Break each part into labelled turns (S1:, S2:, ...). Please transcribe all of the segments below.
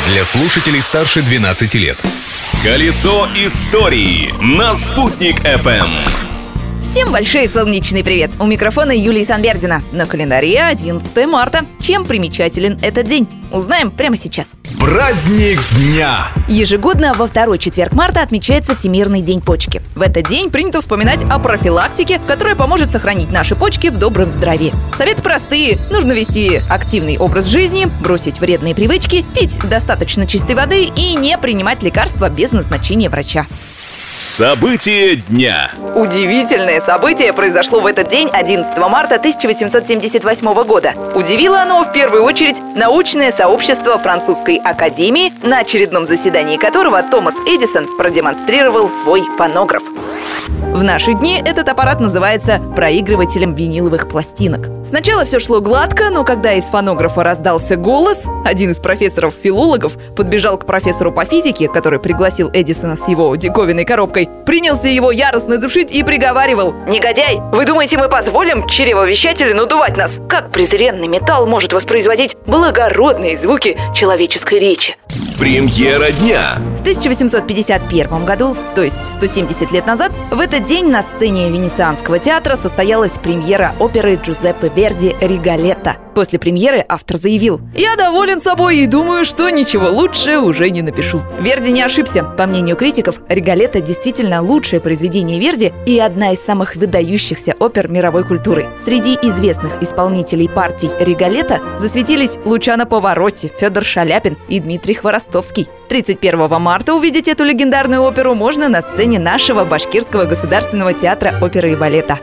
S1: Для слушателей старше 12 лет. Колесо истории на Спутник FM.
S2: Всем большой солнечный привет! У микрофона Юлия Санбердина. На календаре 11 марта. Чем примечателен этот день? Узнаем прямо сейчас.
S1: Праздник дня.
S2: Ежегодно во второй четверг марта отмечается Всемирный день почки. В этот день принято вспоминать о профилактике, которая поможет сохранить наши почки в добром здравии. Советы простые. Нужно вести активный образ жизни, бросить вредные привычки, пить достаточно чистой воды и не принимать лекарства без назначения врача.
S1: События дня.
S2: Удивительное событие произошло в этот день, 11 марта 1878 года. Удивило оно в первую очередь научное сообщество Французской академии, на очередном заседании которого Томас Эдисон продемонстрировал свой фонограф. В наши дни этот аппарат называется проигрывателем виниловых пластинок. Сначала все шло гладко, но когда из фонографа раздался голос, один из профессоров-филологов подбежал к профессору по физике, который пригласил Эдисона с его диковинной коробкой, принялся его яростно душить и приговаривал: «Негодяй, вы думаете, мы позволим чревовещателю надувать нас? Как презренный металл может воспроизводить благородные звуки человеческой речи?»
S1: Премьера дня.
S2: В 1851 году, то есть 170 лет назад, в этот день на сцене Венецианского театра состоялась премьера оперы Джузеппе Верди «Риголетто». После премьеры автор заявил: «Я доволен собой и думаю, что ничего лучше уже не напишу». Верди не ошибся. По мнению критиков, «Риголетто» действительно лучшее произведение Верди и одна из самых выдающихся опер мировой культуры. Среди известных исполнителей партий «Риголетто» засветились Лучано Паваротти, Федор Шаляпин и Дмитрий Хворостовский. 31 марта увидеть эту легендарную оперу можно на сцене нашего Башкирского государственного театра оперы и балета.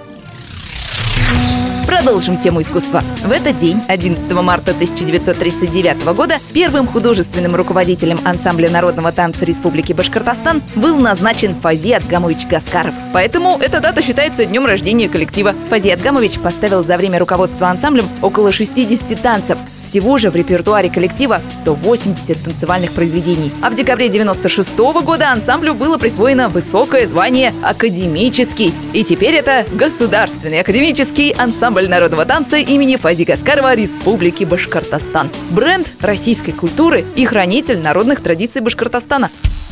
S2: Продолжим тему искусства. В этот день, 11 марта 1939 года, первым художественным руководителем ансамбля народного танца Республики Башкортостан был назначен Фази Адгамович Гаскаров. Поэтому эта дата считается днем рождения коллектива. Фази Адгамович поставил за время руководства ансамблем около 60 танцев. Всего же в репертуаре коллектива 180 танцевальных произведений. А в декабре 1996 года ансамблю было присвоено высокое звание «Академический». И теперь это Государственный академический ансамбль народного танца имени Фази Гаскарова Республики Башкортостан. Бренд российской культуры и хранитель народных традиций Башкортостана.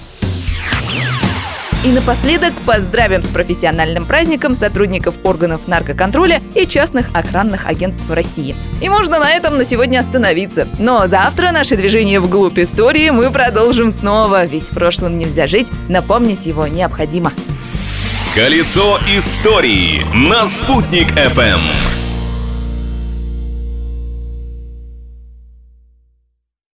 S2: И напоследок поздравим с профессиональным праздником сотрудников органов наркоконтроля и частных охранных агентств России. И можно на этом на сегодня остановиться. Но завтра наше движение вглубь истории мы продолжим снова, ведь в прошлом нельзя жить, напомнить его необходимо.
S1: Колесо истории на Спутник FM.